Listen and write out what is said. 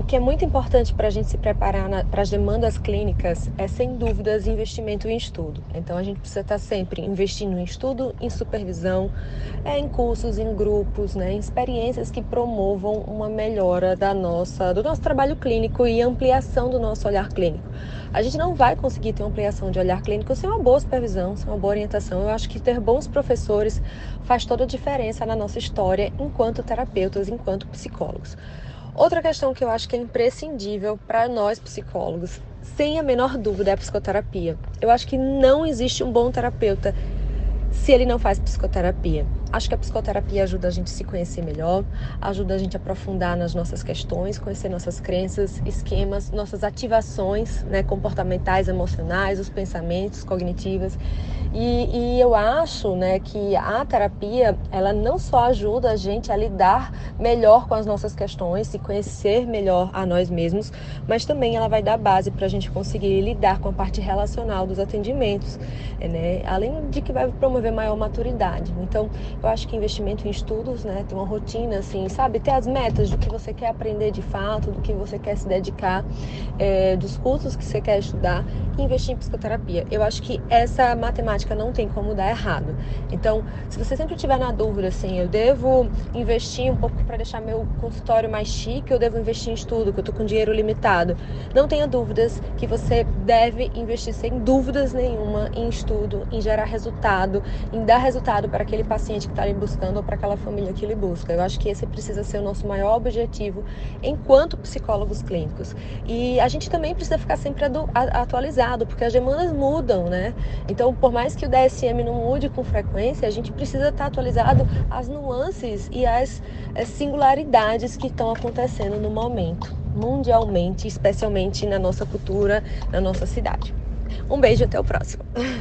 que é muito importante para a gente se preparar para as demandas clínicas é, sem dúvidas, investimento em estudo. Então, a gente precisa estar sempre investindo em estudo, em supervisão, em cursos, em grupos, né, em experiências que promovam uma melhora do nosso trabalho clínico e ampliação do nosso olhar clínico. A gente não vai conseguir ter uma ampliação de olhar clínico sem uma boa supervisão, sem uma boa orientação. Eu acho que ter bons professores faz toda a diferença na nossa história enquanto terapeutas, enquanto psicólogos. Outra questão que eu acho que é imprescindível para nós psicólogos, sem a menor dúvida, é a psicoterapia. Eu acho que não existe um bom terapeuta se ele não faz psicoterapia. Acho que a psicoterapia ajuda a gente a se conhecer melhor, ajuda a gente a aprofundar nas nossas questões, conhecer nossas crenças, esquemas, nossas ativações, né, comportamentais, emocionais, os pensamentos, cognitivas. E eu acho, né, que a terapia, ela não só ajuda a gente a lidar melhor com as nossas questões, se conhecer melhor a nós mesmos, mas também ela vai dar base para a gente conseguir lidar com a parte relacional dos atendimentos, né? Além de que vai promover maior maturidade. Então, eu acho que investimento em estudos, né, ter uma rotina, assim, sabe, ter as metas do que você quer aprender de fato, do que você quer se dedicar, dos cursos que você quer estudar, e investir em psicoterapia. Eu acho que essa matemática não tem como dar errado. Então, se você sempre estiver na dúvida, assim, eu devo investir um pouco para deixar meu consultório mais chique, eu devo investir em estudo, que eu tô com dinheiro limitado, não tenha dúvidas que você deve investir sem dúvidas nenhuma em estudo, em gerar resultado, em dar resultado para aquele paciente que está lhe buscando ou para aquela família que lhe busca. Eu acho que esse precisa ser o nosso maior objetivo enquanto psicólogos clínicos. E a gente também precisa ficar sempre atualizado, porque as demandas mudam, né? Então, por mais que o DSM não mude com frequência, a gente precisa estar atualizado às nuances e às singularidades que estão acontecendo no momento, mundialmente, especialmente na nossa cultura, na nossa cidade. Um beijo e até o próximo.